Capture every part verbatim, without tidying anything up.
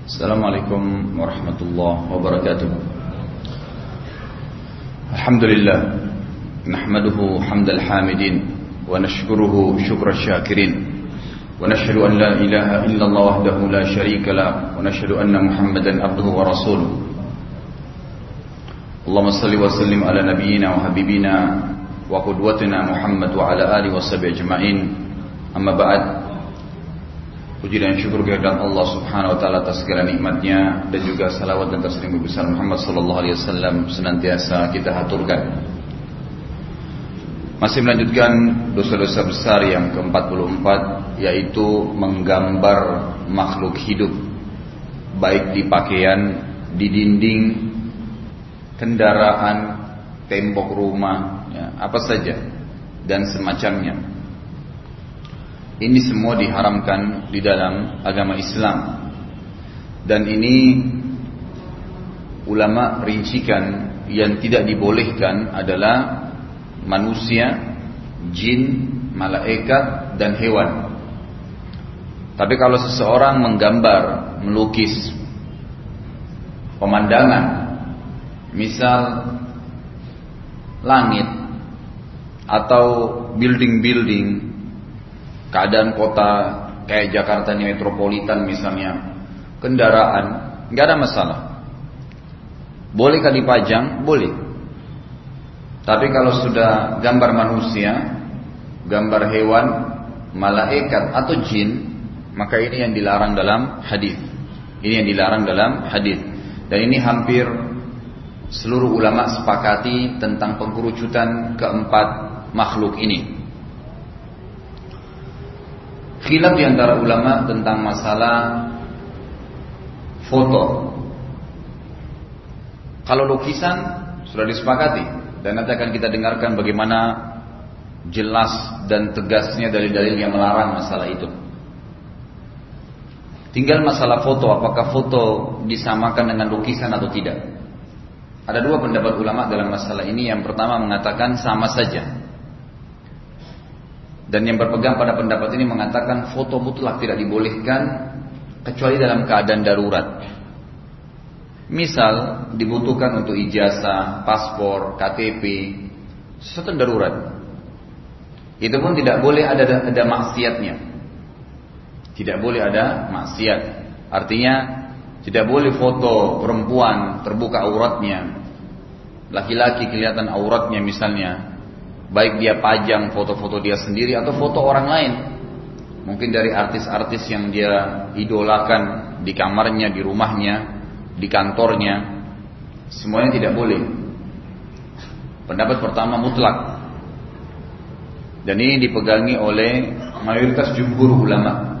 Assalamualaikum warahmatullahi wabarakatuh. Alhamdulillah, nahmaduhu hamdal hamidin wa nashkuruhu syukra syakirin wa nashhadu an la ilaha illallah wahdahu la syarika lah wa nashhadu anna Muhammadan abduhu wa rasuluh. Allahumma salli wa sallim ala nabiyyina wa habibina wa qudwatina Muhammad wa ala alihi wa sahbihi ajma'in. Amma ba'd. Puji dan syukur kehadirat Allah Subhanahu wa taala atas segala nikmatnya, dan juga salawat dan taslim besar Muhammad sallallahu alaihi wasallam senantiasa kita haturkan. Masih melanjutkan dosa-dosa besar yang ke empat puluh empat, yaitu menggambar makhluk hidup, baik di pakaian, di dinding, kendaraan, tembok rumah, ya, apa saja dan semacamnya. Ini semua diharamkan di dalam agama Islam. Dan ini ulama rincikan, yang tidak dibolehkan adalah manusia, jin, malaikat, dan hewan. Tapi kalau seseorang menggambar, melukis pemandangan, misal langit atau building-building, keadaan kota kayak Jakarta ini metropolitan misalnya, kendaraan, nggak ada masalah. Bolehkah dipajang? Boleh. Tapi kalau sudah gambar manusia, gambar hewan, malaikat atau jin, maka ini yang dilarang dalam hadis. Ini yang dilarang dalam hadis. Dan ini hampir seluruh ulama sepakati tentang pengkerucutan keempat makhluk ini. Khilaf di antara ulama tentang masalah foto. Kalau lukisan sudah disepakati, dan nanti akan kita dengarkan bagaimana jelas dan tegasnya dalil-dalil yang melarang masalah itu. Tinggal masalah foto, apakah foto disamakan dengan lukisan atau tidak. Ada dua pendapat ulama dalam masalah ini. Yang pertama mengatakan sama saja, dan yang berpegang pada pendapat ini mengatakan foto mutlak tidak dibolehkan kecuali dalam keadaan darurat. Misal dibutuhkan untuk ijazah, paspor, K T P, sesuatu darurat. Itu pun tidak boleh ada ada maksiatnya. Tidak boleh ada maksiat. Artinya tidak boleh foto perempuan terbuka auratnya, laki-laki kelihatan auratnya misalnya. Baik dia pajang foto-foto dia sendiri atau foto orang lain. Mungkin dari artis-artis yang dia idolakan di kamarnya, di rumahnya, di kantornya. Semuanya tidak boleh. Pendapat pertama mutlak. Dan ini dipegangi oleh mayoritas jumhur ulama.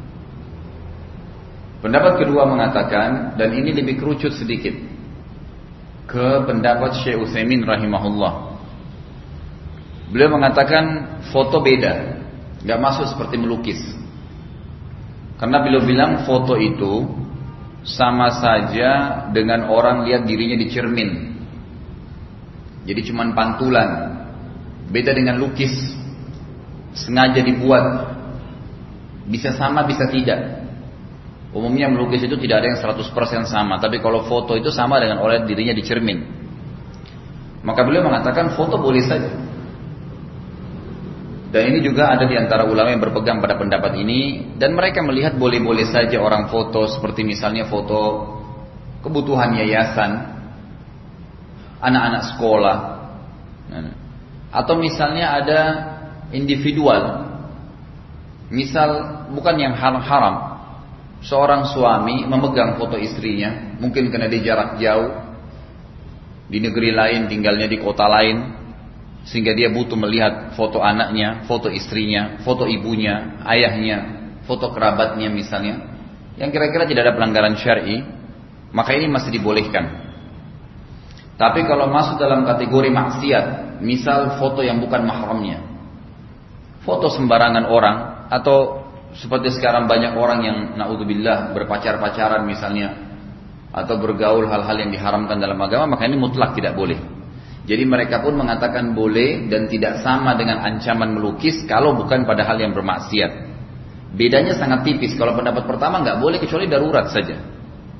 Pendapat kedua mengatakan, dan ini lebih kerucut sedikit, ke pendapat Syekh Utsaimin rahimahullah. Beliau mengatakan foto beda, gak masuk seperti melukis. Karena beliau bilang foto itu sama saja dengan orang lihat dirinya di cermin. Jadi cuman pantulan. Beda dengan lukis, sengaja dibuat. Bisa sama, bisa tidak. Umumnya melukis itu tidak ada yang seratus persen sama. Tapi kalau foto itu sama dengan orang lihat dirinya di cermin. Maka beliau mengatakan foto boleh saja. Dan ini juga ada di antara ulama yang berpegang pada pendapat ini. Dan mereka melihat boleh-boleh saja orang foto, seperti misalnya foto kebutuhan yayasan, anak-anak sekolah, atau misalnya ada individual. Misal bukan yang haram-haram, seorang suami memegang foto istrinya, mungkin karena dia jarak jauh, di negeri lain, tinggalnya di kota lain, sehingga dia butuh melihat foto anaknya, foto istrinya, foto ibunya, ayahnya, foto kerabatnya misalnya, yang kira-kira tidak ada pelanggaran syar'i, maka ini masih dibolehkan. Tapi kalau masuk dalam kategori maksiat, misal foto yang bukan mahramnya, foto sembarangan orang, atau seperti sekarang banyak orang yang naudzubillah berpacar-pacaran misalnya, atau bergaul hal-hal yang diharamkan dalam agama, maka ini mutlak tidak boleh. Jadi mereka pun mengatakan boleh dan tidak sama dengan ancaman melukis kalau bukan pada hal yang bermaksiat. Bedanya sangat tipis. Kalau pendapat pertama nggak boleh kecuali darurat saja.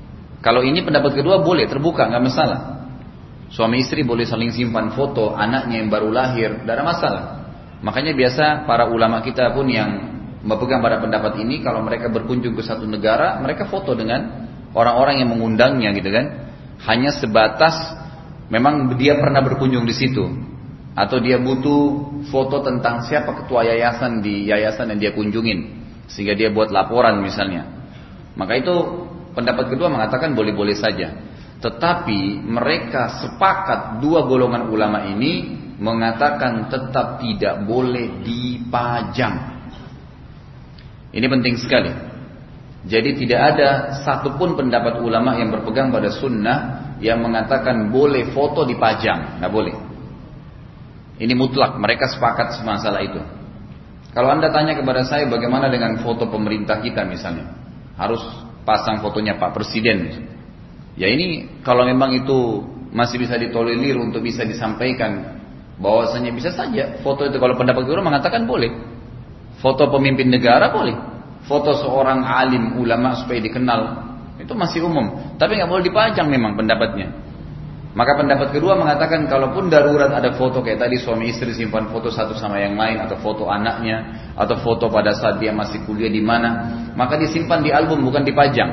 Kalau ini pendapat kedua boleh, terbuka, nggak masalah. Suami istri boleh saling simpan foto anaknya yang baru lahir, tidak ada masalah. Makanya biasa para ulama kita pun yang berpegang pada pendapat ini, kalau mereka berkunjung ke satu negara, mereka foto dengan orang-orang yang mengundangnya gitu kan. Hanya sebatas memang dia pernah berkunjung di situ, atau dia butuh foto tentang siapa ketua yayasan di yayasan yang dia kunjungin, sehingga dia buat laporan misalnya. Maka itu pendapat kedua mengatakan boleh-boleh saja. Tetapi mereka sepakat, dua golongan ulama ini mengatakan tetap tidak boleh dipajang. Ini penting sekali. Jadi tidak ada satupun pendapat ulama yang berpegang pada sunnah yang mengatakan boleh foto dipajang, nggak boleh. Ini mutlak, mereka sepakat masalah itu. Kalau anda tanya kepada saya bagaimana dengan foto pemerintah kita misalnya, harus pasang fotonya Pak Presiden. Ya ini kalau memang itu masih bisa ditolerir untuk bisa disampaikan, bahwasanya bisa saja foto itu. Kalau pendapat kedua mengatakan boleh. Foto pemimpin negara boleh. Foto seorang alim ulama supaya dikenal, itu masih umum. Tapi nggak boleh dipajang memang pendapatnya. Maka pendapat kedua mengatakan kalaupun darurat ada foto kayak tadi suami istri simpan foto satu sama yang lain, atau foto anaknya, atau foto pada saat dia masih kuliah di mana, maka disimpan di album bukan dipajang.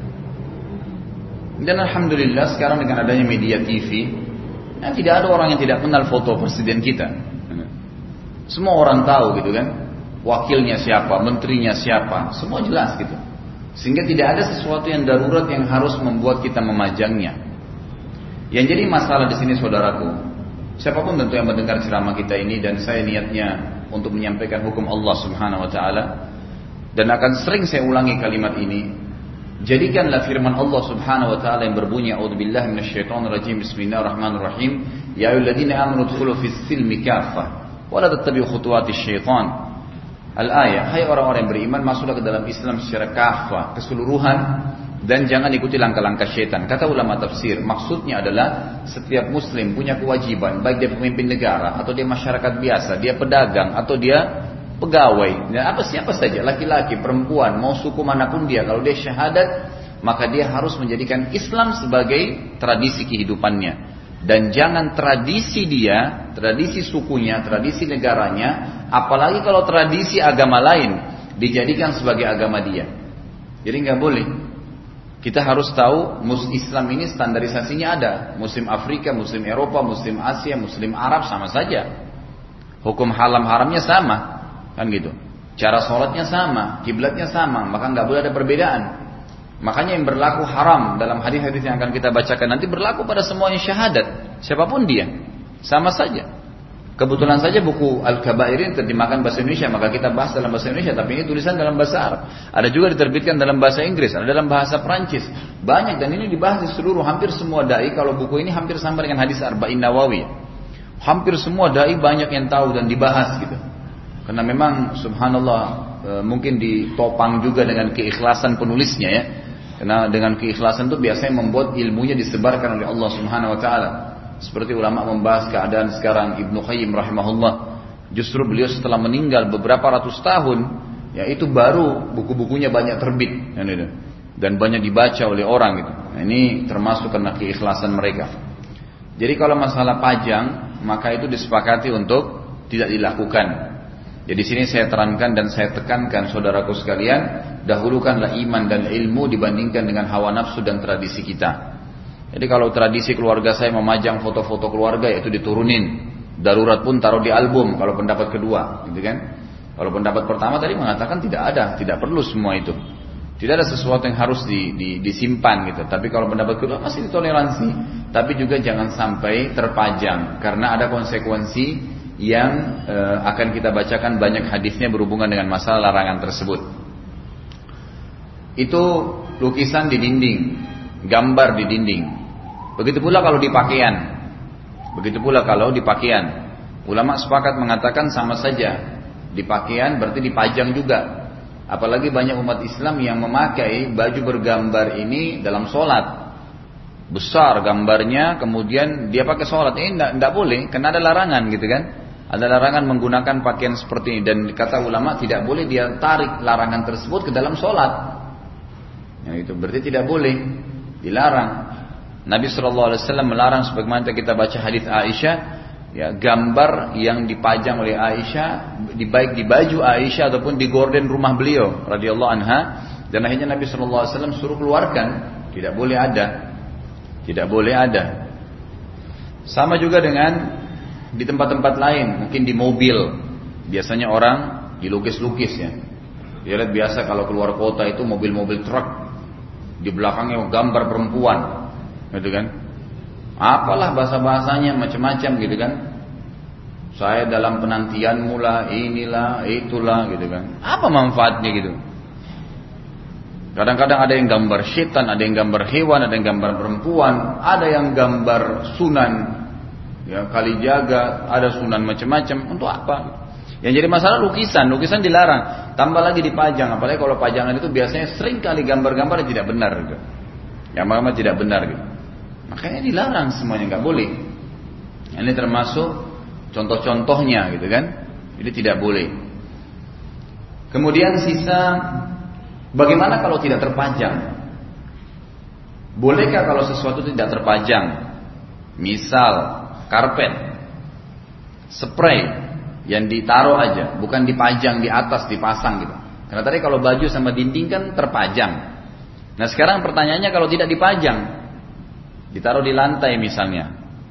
Dan alhamdulillah sekarang dengan adanya media T V, ya, tidak ada orang yang tidak kenal foto presiden kita. Semua orang tahu gitu kan. Wakilnya siapa, menterinya siapa, semua jelas gitu. Sehingga tidak ada sesuatu yang darurat yang harus membuat kita memajangnya. Yang jadi masalah di sini saudaraku, siapapun tentu yang mendengar ceramah kita ini, dan saya niatnya untuk menyampaikan hukum Allah Subhanahu wa taala, dan akan sering saya ulangi kalimat ini. Jadikanlah firman Allah Subhanahu wa taala yang berbunyi a'udzubillahi minasyaitonirrajim bismillahirrahmanirrahim ya ayyuhalladzina amanu udkhulu fis-silmi kaffah wa la tattabi'u khutuwatisy syaitan. Al-ayah, hai orang-orang yang beriman, masuklah ke dalam Islam secara kafah, keseluruhan, dan jangan ikuti langkah-langkah syaitan. Kata ulama tafsir, maksudnya adalah setiap muslim punya kewajiban, baik dia pemimpin negara, atau dia masyarakat biasa, dia pedagang, atau dia pegawai, dan apa siapa saja, laki-laki, perempuan, mau suku manapun dia, kalau dia syahadat, maka dia harus menjadikan Islam sebagai tradisi kehidupannya. Dan jangan tradisi dia, tradisi sukunya, tradisi negaranya, apalagi kalau tradisi agama lain dijadikan sebagai agama dia. Jadi nggak boleh. Kita harus tahu Islam ini standarisasinya ada. Muslim Afrika, Muslim Eropa, Muslim Asia, Muslim Arab sama saja. Hukum haram haramnya sama, kan gitu. Cara sholatnya sama, kiblatnya sama, maka nggak boleh ada perbedaan. Makanya yang berlaku haram dalam hadis-hadis yang akan kita bacakan nanti berlaku pada semua yang syahadat, siapapun dia, sama saja. Kebetulan saja buku Al-Kabair ini terjemahkan bahasa Indonesia, maka kita bahas dalam bahasa Indonesia, tapi ini tulisan dalam bahasa Arab. Ada juga diterbitkan dalam bahasa Inggris, ada dalam bahasa Perancis. Banyak, dan ini dibahas di seluruh, hampir semua dai. Kalau buku ini hampir sama dengan hadis Arba'in Nawawi. Hampir semua dai banyak yang tahu dan dibahas gitu. Karena memang subhanallah mungkin ditopang juga dengan keikhlasan penulisnya ya. Karena dengan keikhlasan itu biasanya membuat ilmunya disebarkan oleh Allah Subhanahu wa taala. Seperti ulama membahas keadaan sekarang Ibnu Qayyim rahimahullah. Justru beliau setelah meninggal beberapa ratus tahun, ya itu baru buku-bukunya banyak terbit dan banyak dibaca oleh orang gitu. Nah, ini termasuk karena keikhlasan mereka. Jadi kalau masalah pajang, maka itu disepakati untuk tidak dilakukan. Jadi di sini saya terangkan dan saya tekankan saudaraku sekalian, dahulukanlah iman dan ilmu dibandingkan dengan hawa nafsu dan tradisi kita. Jadi kalau tradisi keluarga saya memajang foto-foto keluarga, ya itu diturunin. Darurat pun taruh di album kalau pendapat kedua, gitu kan? Kalau pendapat pertama tadi mengatakan tidak ada, tidak perlu semua itu. Tidak ada sesuatu yang harus di, di, disimpan gitu. Tapi kalau pendapat kedua masih ditoleransi, tapi juga jangan sampai terpajang karena ada konsekuensi yang e, akan kita bacakan banyak hadisnya berhubungan dengan masalah larangan tersebut. Itu lukisan di dinding, gambar di dinding. Begitu pula kalau di pakaian. Begitu pula kalau di pakaian. Ulama sepakat mengatakan sama saja. Di pakaian berarti dipajang juga. Apalagi banyak umat Islam yang memakai baju bergambar ini dalam sholat. Besar gambarnya, kemudian dia pakai sholat. Ini tidak, tidak boleh, karena ada larangan gitu kan. Ada larangan menggunakan pakaian seperti ini. Dan kata ulama tidak boleh dia tarik larangan tersebut ke dalam sholat. Ya, itu berarti tidak boleh. Dilarang. Nabi shallallahu alaihi wasallam melarang sebagaimana kita baca hadis Aisyah, ya, gambar yang dipajang oleh Aisyah, di baik di baju Aisyah ataupun di gorden rumah beliau radhiyallahu anha, dan akhirnya Nabi shallallahu alaihi wasallam suruh keluarkan, tidak boleh ada, tidak boleh ada. Sama juga dengan di tempat-tempat lain, mungkin di mobil, biasanya orang dilukis-lukis ya. Dia lihat biasa kalau keluar kota itu mobil-mobil truk, di belakangnya gambar perempuan, gitu kan? Apalah bahasa-bahasanya macam-macam gitu kan? Saya dalam penantianmu lah, inilah, itulah, gitu kan? Apa manfaatnya gitu? Kadang-kadang ada yang gambar setan, ada yang gambar hewan, ada yang gambar perempuan, ada yang gambar sunan, ya Kalijaga, ada sunan macam-macam. Untuk apa? Yang jadi masalah lukisan, lukisan dilarang. Tambah lagi dipajang, apalagi kalau pajangan itu biasanya sering kali gambar-gambar yang tidak benar gitu. Yang memang tidak benar gitu. Makanya dilarang semuanya, nggak boleh. Ini termasuk contoh-contohnya gitu kan. Jadi tidak boleh. Kemudian sisa, bagaimana kalau tidak terpajang? Bolehkah kalau sesuatu tidak terpajang? Misal karpet, spray yang ditaruh aja, bukan dipajang di atas, dipasang gitu. Karena tadi kalau baju sama dinding kan terpajang. Nah sekarang pertanyaannya kalau tidak dipajang, ditaruh di lantai misalnya,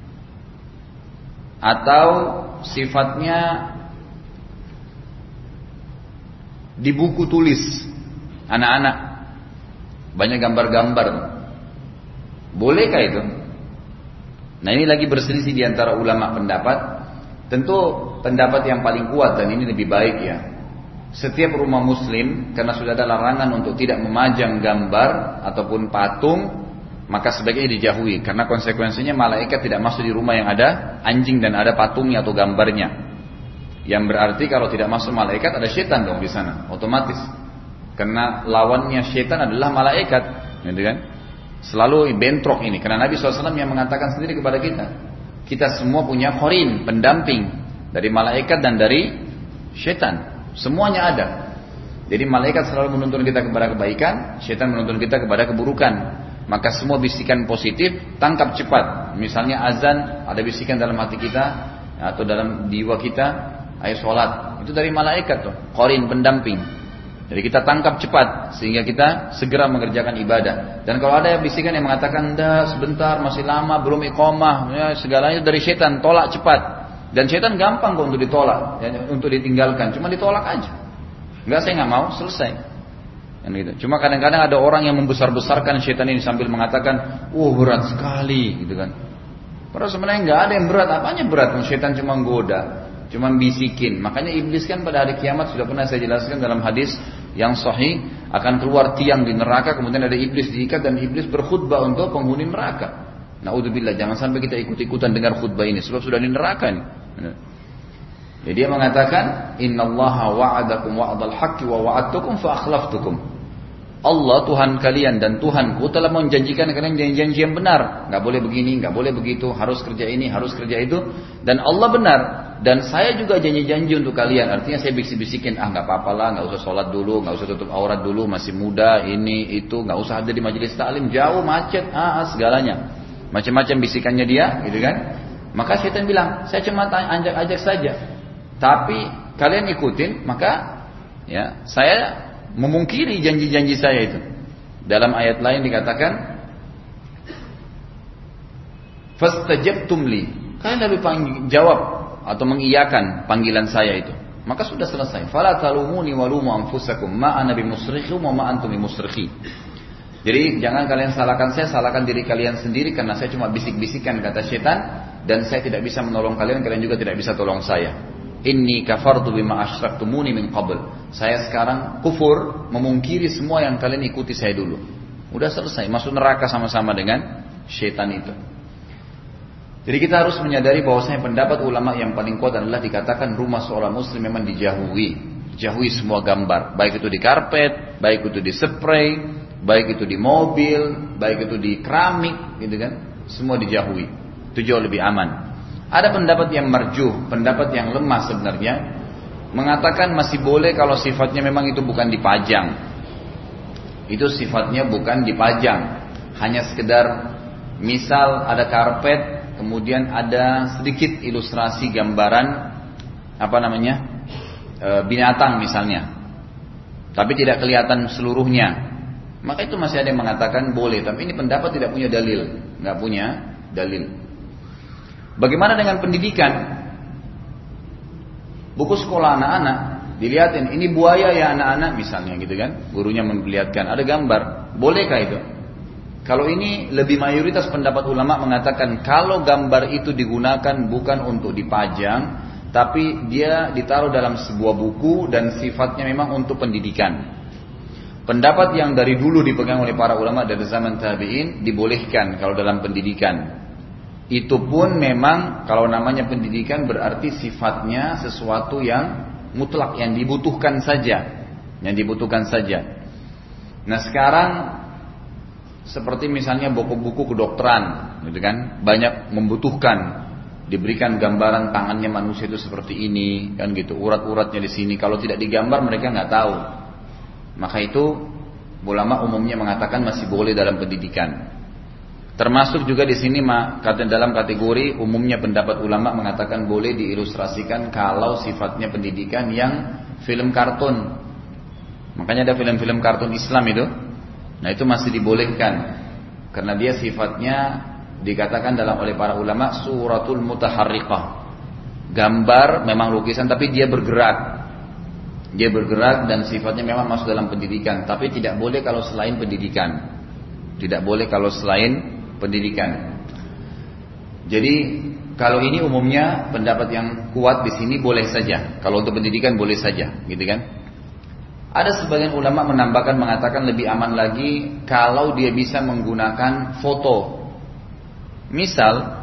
atau sifatnya di buku tulis anak-anak, banyak gambar-gambar, bolehkah itu? Nah ini lagi berselisih di antara ulama pendapat. Tentu pendapat yang paling kuat dan ini lebih baik ya, setiap rumah muslim karena sudah ada larangan untuk tidak memajang gambar ataupun patung, maka sebaiknya dijauhi, karena konsekuensinya malaikat tidak masuk di rumah yang ada anjing dan ada patungnya atau gambarnya. Yang berarti kalau tidak masuk malaikat ada setan dong di sana, otomatis. Karena lawannya setan adalah malaikat, gitu kan? Selalu bentrok ini. Karena Nabi shallallahu alaihi wasallam yang mengatakan sendiri kepada kita, kita semua punya qarin, pendamping dari malaikat dan dari setan. Semuanya ada. Jadi malaikat selalu menuntun kita kepada kebaikan, setan menuntun kita kepada keburukan. Maka semua bisikan positif tangkap cepat. Misalnya azan, ada bisikan dalam hati kita atau dalam jiwa kita, ayo sholat. Itu dari malaikat tuh, qarin, pendamping. Jadi kita tangkap cepat sehingga kita segera mengerjakan ibadah. Dan kalau ada bisikan yang mengatakan dah sebentar, masih lama, belum iqamah, ya, segalanya dari setan, tolak cepat. Dan setan gampang kok untuk ditolak, ya, untuk ditinggalkan, cuma ditolak aja. Enggak, saya nggak mau, selesai. Kan gitu. Cuma kadang-kadang ada orang yang membesar-besarkan setan ini sambil mengatakan, "Wah, berat sekali," gitu kan. Padahal sebenarnya nggak ada yang berat, apanya berat? Setan cuma goda, cuma bisikin. Makanya iblis kan pada hari kiamat sudah pernah saya jelaskan dalam hadis yang sahih, akan keluar tiang di neraka, kemudian ada iblis diikat dan iblis berkhutbah untuk penghuni neraka. Naudzubillah, jangan sampai kita ikut-ikutan dengar khutbah ini sebab sudah di neraka nih. Jadi dia mengatakan, "Innallaha wa'adakum wa'dal haqqi wa wa'adtukum fa akhlaftukum." Allah Tuhan kalian dan Tuhanku telah menjanjikan kalian janji-janji yang benar. Enggak boleh begini, enggak boleh begitu, harus kerja ini, harus kerja itu, dan Allah benar. Dan saya juga janji-janji untuk kalian. Artinya saya bisik-bisikin, ah nggak apa-apa lah, nggak usah sholat dulu, nggak usah tutup aurat dulu, masih muda, ini itu, nggak usah ada di majelis taklim, jauh macet, ah segalanya, macam-macam bisikannya dia, gitu kan? Maka setan bilang, saya cuma ajak-ajak saja, tapi kalian ikutin, maka ya saya memungkiri janji-janji saya itu. Dalam ayat lain dikatakan, fastajabtum li, kalian lalu jawab atau mengiyakan panggilan saya itu, maka sudah selesai. Fala talumuni walumu anfusakum ma ana bimusrikhikum wa ma antum bimusrikhi. Jadi jangan kalian salahkan saya, salahkan diri kalian sendiri, karena saya cuma bisik-bisikan kata setan, dan saya tidak bisa menolong kalian, kalian juga tidak bisa tolong saya. Inni kafartu bima asyraktumuni min qabl. Saya sekarang kufur, memungkiri semua yang kalian ikuti saya dulu. Udah selesai, masuk neraka sama-sama dengan setan itu. Jadi kita harus menyadari bahwasanya pendapat ulama yang paling kuat adalah dikatakan rumah seorang muslim memang dijauhi, dijauhi semua gambar, baik itu di karpet, baik itu di spray, baik itu di mobil, baik itu di keramik, gitu kan, semua dijauhi. Itu jauh lebih aman. Ada pendapat yang marjuh, pendapat yang lemah sebenarnya, mengatakan masih boleh kalau sifatnya memang itu bukan dipajang. Itu sifatnya bukan dipajang, hanya sekedar misal ada karpet, kemudian ada sedikit ilustrasi gambaran apa namanya e, binatang misalnya, tapi tidak kelihatan seluruhnya, maka itu masih ada yang mengatakan boleh. Tapi ini pendapat tidak punya dalil, nggak punya dalil. Bagaimana dengan pendidikan? Buku sekolah anak-anak dilihatin, ini buaya ya anak-anak misalnya gitu kan, gurunya memperlihatkan ada gambar, bolehkah itu? Kalau ini lebih mayoritas pendapat ulama mengatakan kalau gambar itu digunakan bukan untuk dipajang, tapi dia ditaruh dalam sebuah buku dan sifatnya memang untuk pendidikan. Pendapat yang dari dulu dipegang oleh para ulama dari zaman tabi'in, dibolehkan kalau dalam pendidikan. Itu pun memang kalau namanya pendidikan berarti sifatnya sesuatu yang mutlak, yang dibutuhkan saja, yang dibutuhkan saja. Nah sekarang seperti misalnya buku-buku kedokteran, gitu kan, banyak membutuhkan diberikan gambaran tangannya manusia itu seperti ini, kan gitu, urat-uratnya di sini. Kalau tidak digambar mereka nggak tahu. Maka itu ulama umumnya mengatakan masih boleh dalam pendidikan. Termasuk juga di sini kata dalam kategori umumnya pendapat ulama mengatakan boleh diilustrasikan kalau sifatnya pendidikan yang film kartun. Makanya ada film-film kartun Islam itu. Nah itu masih dibolehkan karena dia sifatnya dikatakan dalam oleh para ulama suratul mutaharriqah. Gambar memang lukisan tapi dia bergerak. Dia bergerak dan sifatnya memang masuk dalam pendidikan, tapi tidak boleh kalau selain pendidikan. Tidak boleh kalau selain pendidikan. Jadi kalau ini umumnya pendapat yang kuat di sini boleh saja. Kalau untuk pendidikan boleh saja, gitu kan? Ada sebagian ulama menambahkan mengatakan lebih aman lagi kalau dia bisa menggunakan foto. Misal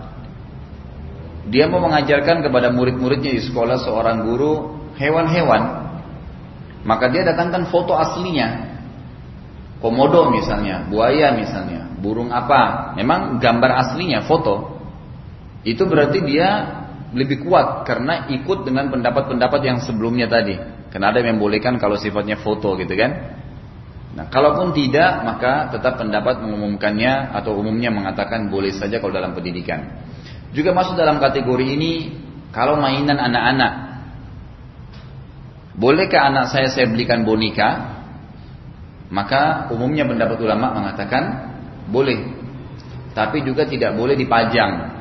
dia mau mengajarkan kepada murid-muridnya di sekolah seorang guru hewan-hewan, maka dia datangkan foto aslinya, komodo misalnya, buaya misalnya, burung apa, memang gambar aslinya foto. Itu berarti dia lebih kuat karena ikut dengan pendapat-pendapat yang sebelumnya tadi. Karena ada yang membolehkan kalau sifatnya foto gitu kan. Nah, kalaupun tidak maka tetap pendapat mengumumkannya atau umumnya mengatakan boleh saja kalau dalam pendidikan. Juga masuk dalam kategori ini kalau mainan anak-anak. Bolehkah anak saya saya belikan boneka? Maka umumnya pendapat ulama mengatakan boleh. Tapi juga tidak boleh dipajang.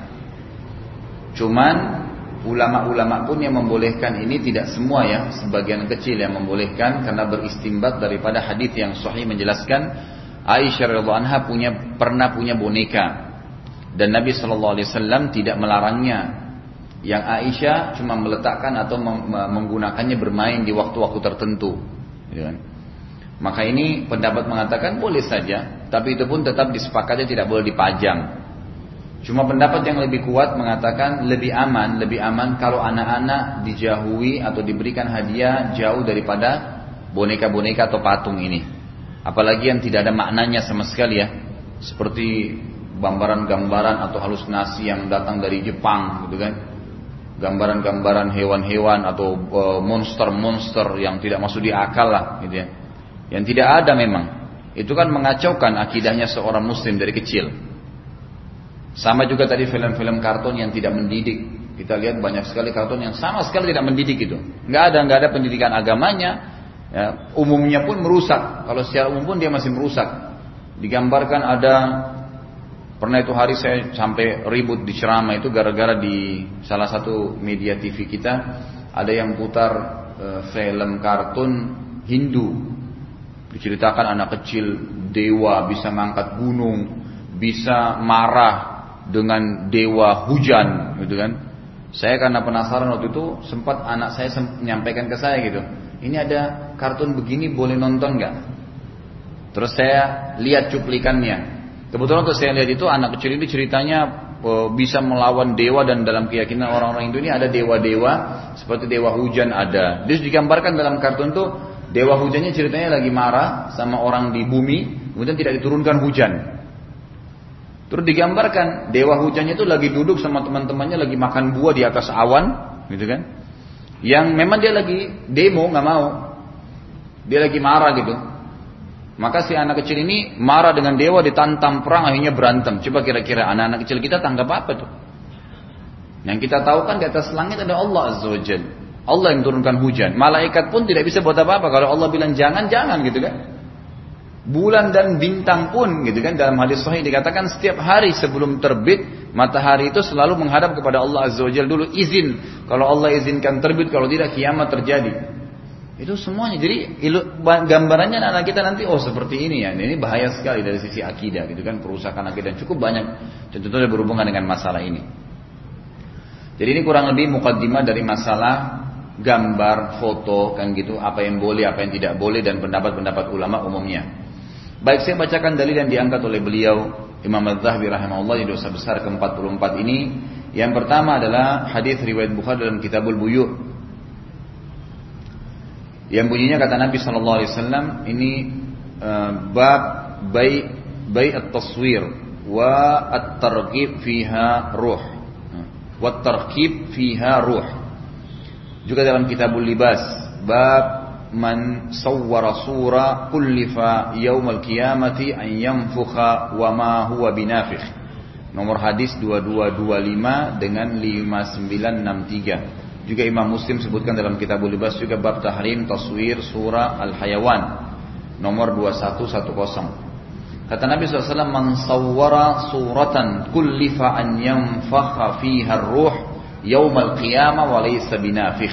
Cuman ulama-ulama pun yang membolehkan ini tidak semua ya, sebagian kecil yang membolehkan karena beristimbat daripada hadis yang sahih menjelaskan Aisyah radhiyallahu anha punya pernah punya boneka dan Nabi shallallahu alaihi wasallam tidak melarangnya. Yang Aisyah cuma meletakkan atau menggunakannya bermain di waktu-waktu tertentu, gitu kan? Maka ini pendapat mengatakan boleh saja, tapi itu pun tetap disepakati tidak boleh dipajang. Cuma pendapat yang lebih kuat mengatakan lebih aman, lebih aman kalau anak-anak dijauhi atau diberikan hadiah jauh daripada boneka-boneka atau patung ini. Apalagi yang tidak ada maknanya sama sekali ya, seperti gambaran-gambaran atau halusinasi yang datang dari Jepang, gitu kan? Gambaran-gambaran hewan-hewan atau monster-monster yang tidak masuk di akal lah, gitu ya. Yang tidak ada memang. Itu kan mengacaukan akidahnya seorang muslim dari kecil. Sama juga tadi film-film kartun yang tidak mendidik. Kita lihat banyak sekali kartun yang sama sekali tidak mendidik itu. Nggak ada, nggak ada pendidikan agamanya. Ya, umumnya pun merusak. Kalau secara umum pun dia masih merusak. Digambarkan ada, pernah itu hari saya sampai ribut di ceramah itu gara-gara di salah satu media T V kita ada yang putar e, film kartun Hindu. Diceritakan anak kecil dewa bisa mengangkat gunung, bisa marah dengan dewa hujan, gitu kan? Saya karena penasaran waktu itu sempat anak saya menyampaikan ke saya gitu, ini ada kartun begini boleh nonton nggak? Terus saya lihat cuplikannya. Kebetulan waktu saya lihat itu anak kecil ini ceritanya e, bisa melawan dewa dan dalam keyakinan orang-orang Hindu ini ada dewa-dewa seperti dewa hujan ada. Terus digambarkan dalam kartun tuh dewa hujannya ceritanya lagi marah sama orang di bumi, kemudian tidak diturunkan hujan. Terus digambarkan dewa hujannya itu lagi duduk sama teman-temannya lagi makan buah di atas awan, gitu kan? Yang memang dia lagi demo, nggak mau, dia lagi marah gitu. Maka si anak kecil ini marah dengan dewa, ditantang perang, akhirnya berantem. Coba kira-kira anak-anak kecil kita tanggap apa tuh? Yang kita tahu kan di atas langit ada Allah Azza wa Jalla. Allah yang turunkan hujan. Malaikat pun tidak bisa buat apa-apa. Kalau Allah bilang jangan, jangan gitu kan. Bulan dan bintang pun gitu kan. Dalam hadis sahih dikatakan setiap hari sebelum terbit matahari itu selalu menghadap kepada Allah Azza wa Jalla dulu izin. Kalau Allah izinkan terbit, kalau tidak kiamat terjadi. Itu semuanya. Jadi ilu, gambarannya anak kita nanti oh seperti ini ya. Ini bahaya sekali dari sisi akidah gitu kan, perusakan akidah cukup banyak. Contohnya berhubungan dengan masalah ini. Jadi ini kurang lebih mukaddimah dari masalah gambar, foto kan gitu, apa yang boleh, apa yang tidak boleh dan pendapat-pendapat ulama umumnya. Baik, saya bacakan dalil yang diangkat oleh beliau Imam Az-Zahabi rahimahullah di dosa besar ke empat puluh empat ini. Yang pertama adalah hadis riwayat Bukhari dalam Kitabul Buyu'. Yang bunyinya kata Nabi sallallahu alaihi wasallam ini uh, bab bai bai at-taswir wa at-targhib fiha ruh. Wa at-targhib fiha ruh. Juga dalam Kitabul Libas bab man sawwara sura kullifa yaumal qiyamati an yanfukha wa ma huwa binafikh. Nomor hadis dua dua dua lima dengan lima sembilan enam tiga. Juga Imam Muslim sebutkan dalam Kitabul Libas juga bab tahrim taswir surah Al-Hayawan nomor dua satu satu nol. Kata Nabi shallallahu alaihi wasallam, man sawwara suratan kullifa an yanfakha fiha ar-ruh yaumal qiyamah wa laysa binafikh.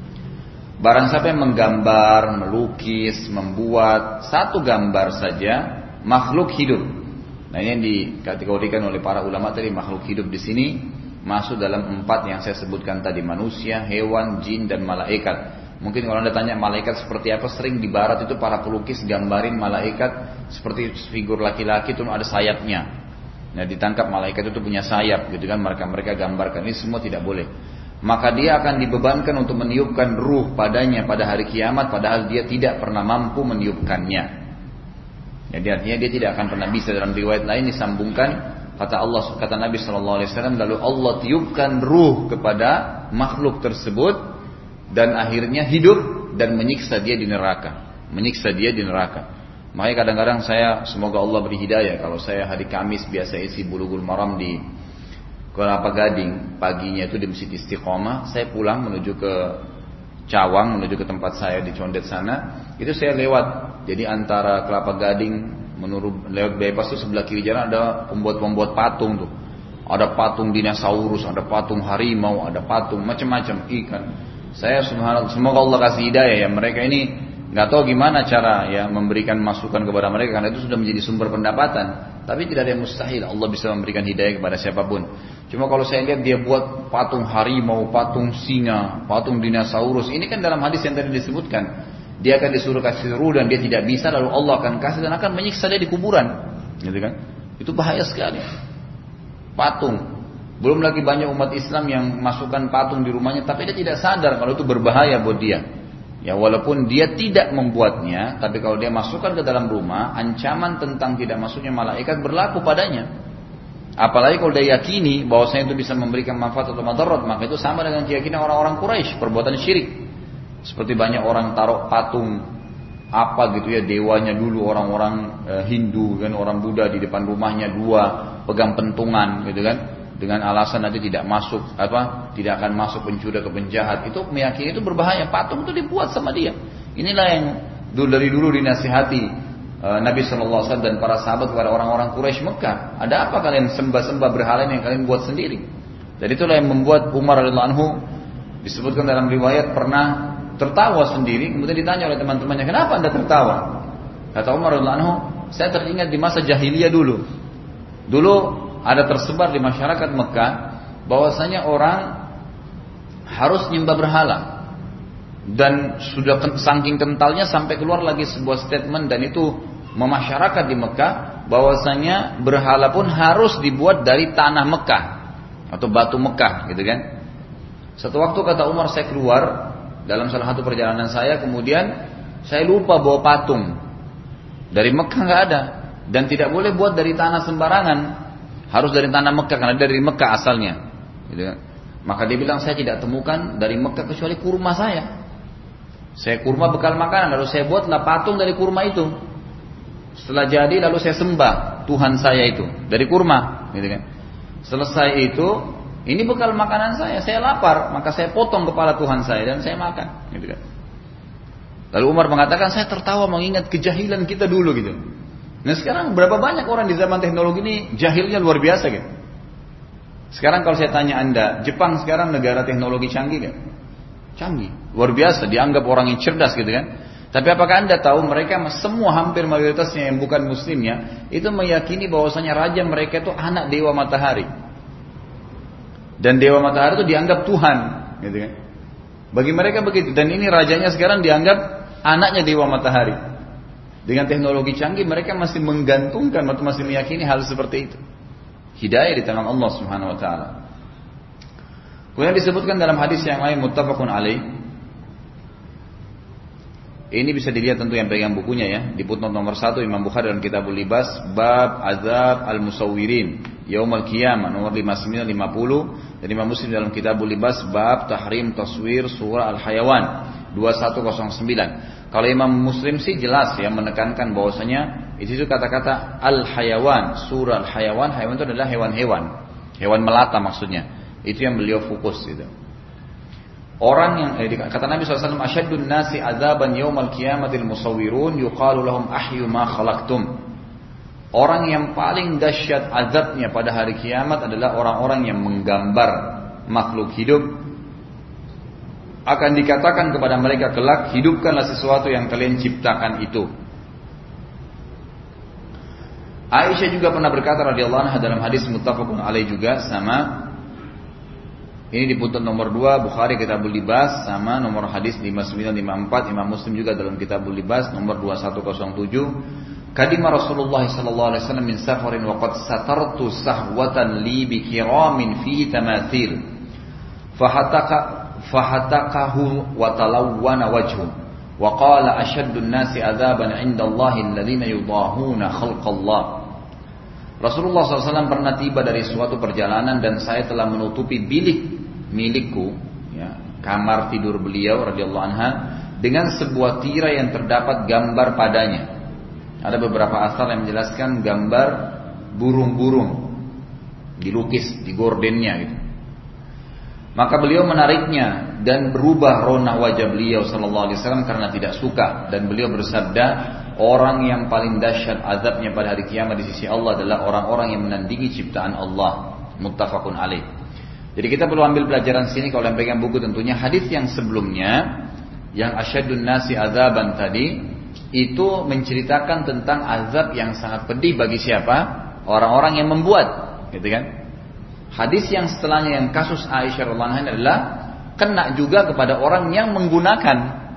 Barang siapa yang menggambar, melukis, membuat satu gambar saja makhluk hidup. Nah ini yang dikategorikan oleh para ulama tadi makhluk hidup di sini. Masuk dalam empat yang saya sebutkan tadi, manusia, hewan, jin, dan malaikat. Mungkin kalau anda tanya malaikat seperti apa, sering di barat itu para pelukis gambarin malaikat seperti figur laki-laki itu ada sayapnya. Nah ditangkap malaikat itu punya sayap gitu kan, mereka mereka gambarkan. Ini semua tidak boleh. Maka dia akan dibebankan untuk meniupkan ruh padanya pada hari kiamat, padahal dia tidak pernah mampu meniupkannya. Jadi artinya dia tidak akan pernah bisa. Dalam riwayat lain disambungkan, kata Allah, kata Nabi Shallallahu Alaihi Wasallam, lalu Allah tiupkan ruh kepada makhluk tersebut dan akhirnya hidup dan menyiksa dia di neraka, menyiksa dia di neraka. Makanya kadang-kadang saya, semoga Allah beri hidayah, kalau saya hari Kamis biasa isi Bulughul Maram di Kelapa Gading, paginya itu di Masjid Istiqomah, saya pulang menuju ke Cawang, menuju ke tempat saya di Condet sana, itu saya lewat, jadi antara Kelapa Gading menurut lewat bypass itu sebelah kiri jalan ada pembuat-pembuat patung tuh. Ada patung dinosaurus, ada patung harimau, ada patung macam-macam ikan. Saya subhanallah, semoga Allah kasih hidayah ya, mereka ini nggak tahu gimana cara ya memberikan masukan kepada mereka karena itu sudah menjadi sumber pendapatan. Tapi tidak ada yang mustahil, Allah bisa memberikan hidayah kepada siapapun. Cuma kalau saya lihat dia buat patung harimau, patung singa, patung dinosaurus, ini kan dalam hadis yang tadi disebutkan. Dia akan disuruh kasih ruh dan dia tidak bisa, lalu Allah akan kasih dan akan menyiksa dia di kuburan, gitu kan? Itu bahaya sekali. Patung, belum lagi banyak umat Islam yang masukkan patung di rumahnya, tapi dia tidak sadar kalau itu berbahaya buat dia. Ya walaupun dia tidak membuatnya, tapi kalau dia masukkan ke dalam rumah, ancaman tentang tidak masuknya malaikat berlaku padanya. Apalagi kalau dia yakini bahwasanya itu bisa memberikan manfaat atau madarat, maka itu sama dengan keyakinan orang-orang Quraisy, perbuatan syirik. Seperti banyak orang taruh patung apa gitu ya, dewanya dulu orang-orang e, Hindu kan, orang Buddha di depan rumahnya dua, pegang pentungan gitu kan, dengan alasan nanti tidak masuk apa, tidak akan masuk pencuri atau penjahat. Itu meyakini itu berbahaya. Patung itu dibuat sama dia. Inilah yang dulu dari dulu dinasihati e, Nabi Shallallahu Alaihi Wasallam dan para sahabat kepada orang-orang Quraisy Mekah. Ada apa kalian sembah-sembah berhala yang kalian buat sendiri? Dan itulah yang membuat Umar radhiyallahu anhu disebutkan dalam riwayat pernah tertawa sendiri, kemudian ditanya oleh teman-temannya, kenapa anda tertawa? Kata Umar radhiyallahu anhu, saya teringat di masa jahiliyah dulu. Dulu ada tersebar di masyarakat Mekah bahwasanya orang harus nyembah berhala. Dan sudah saking kentalnya sampai keluar lagi sebuah statement, dan itu memasyarakat di Mekah bahwasanya berhala pun harus dibuat dari tanah Mekah atau batu Mekah, gitu kan? Satu waktu kata Umar, saya keluar dalam salah satu perjalanan saya, kemudian saya lupa bawa patung. Dari Mekah nggak ada, dan tidak boleh buat dari tanah sembarangan, harus dari tanah Mekah karena dari Mekah asalnya. Gitu. Maka dia bilang, saya tidak temukan dari Mekah kecuali kurma saya. Saya kurma bekal makanan, lalu saya buatlah patung dari kurma itu. Setelah jadi lalu saya sembah Tuhan saya itu dari kurma, gitu kan. Selesai itu, ini bekal makanan saya, saya lapar, maka saya potong kepala Tuhan saya dan saya makan, gitu kan. Lalu Umar mengatakan, saya tertawa mengingat kejahilan kita dulu gitu. Nah sekarang berapa banyak orang di zaman teknologi ini jahilnya luar biasa gitu. Sekarang kalau saya tanya anda, Jepang sekarang negara teknologi canggih kan? Canggih, luar biasa, dianggap orang yang cerdas gitu kan. Tapi apakah anda tahu mereka semua hampir mayoritasnya yang bukan muslimnya itu meyakini bahwasanya raja mereka itu anak dewa matahari. Dan dewa matahari itu dianggap Tuhan, gitu kan? Bagi mereka begitu. Dan ini rajanya sekarang dianggap anaknya dewa matahari. Dengan teknologi canggih mereka masih menggantungkan atau masih meyakini hal seperti itu. Hidayah di tangan Allah Subhanahu wa taala. Kemudian disebutkan dalam hadis yang lain muttafaqun alaih. Ini bisa dilihat tentu yang pegang bukunya ya. Di footnote nomor satu Imam Bukhari dalam Kitabul Libas bab azab al-musawwirin yaumul qiyamah nomor lima puluh sembilan lima puluh dan Imam Muslim dalam Kitabul Libas bab tahrim taswir surah al-hayawan dua satu nol sembilan. Kalau Imam Muslim sih jelas ya menekankan bahwasanya itu itu kata-kata al-hayawan, surah al-hayawan, hayawan itu adalah hewan-hewan, hewan melata maksudnya. Itu yang beliau fokus gitu. Orang yang eh, kata Nabi shallallahu alaihi wasallam asyaddun nasi azaban yaumal qiyamatil musawwirun yuqalu lahum ahyu ma khalaqtum. Orang yang paling dahsyat azabnya pada hari kiamat adalah orang-orang yang menggambar makhluk hidup. Akan dikatakan kepada mereka kelak, hidupkanlah sesuatu yang kalian ciptakan itu. Aisyah juga pernah berkata radhiyallahu anha dalam hadis muttafaqun alaih juga sama. Ini di footnote nomor dua Bukhari Kitabul Libas sama nomor hadis lima sembilan lima empat, Imam Muslim juga dalam Kitabul Libas nomor dua satu nol tujuh. Kadima Rasulullah sallallahu alaihi wasallam min safarin wa qad satartu sahwatan li bi kiramin fi tamathil. Fahataka fahatakahu wa talawwana wajhu. Wa qala ashaddun nasi adzaban 'inda Allahi alladhina yudahuna khalqallah. Rasulullah shallallahu alaihi wasallam pernah tiba dari suatu perjalanan dan saya telah menutupi bilik milikku, ya, kamar tidur beliau radhiyallahu anha dengan sebuah tirai yang terdapat gambar padanya. Ada beberapa asal yang menjelaskan gambar burung-burung dilukis di gordennya gitu. Maka beliau menariknya dan berubah rona wajah beliau sallallahu alaihi wasallam karena tidak suka dan beliau bersabda, orang yang paling dahsyat azabnya pada hari kiamat di sisi Allah adalah orang-orang yang menandingi ciptaan Allah. Muttafaqun alaih. Jadi kita perlu ambil pelajaran sini kalau yang pegang buku tentunya hadis yang sebelumnya yang asyaddun nasi azaban tadi itu menceritakan tentang azab yang sangat pedih bagi siapa? Orang-orang yang membuat, gitu kan? Hadis yang setelahnya yang kasus Aisyah radhiyallahu anha adalah kena juga kepada orang yang menggunakan.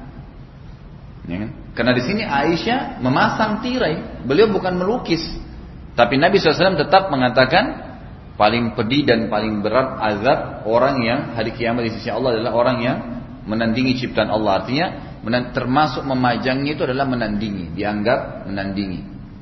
Ya kan? Karena di sini Aisyah memasang tirai, beliau bukan melukis. Tapi Nabi shallallahu alaihi wasallam tetap mengatakan paling pedih dan paling berat azab orang yang hari kiamat di sisi Allah adalah orang yang menandingi ciptaan Allah. Artinya termasuk memajangnya itu adalah menandingi, dianggap menandingi.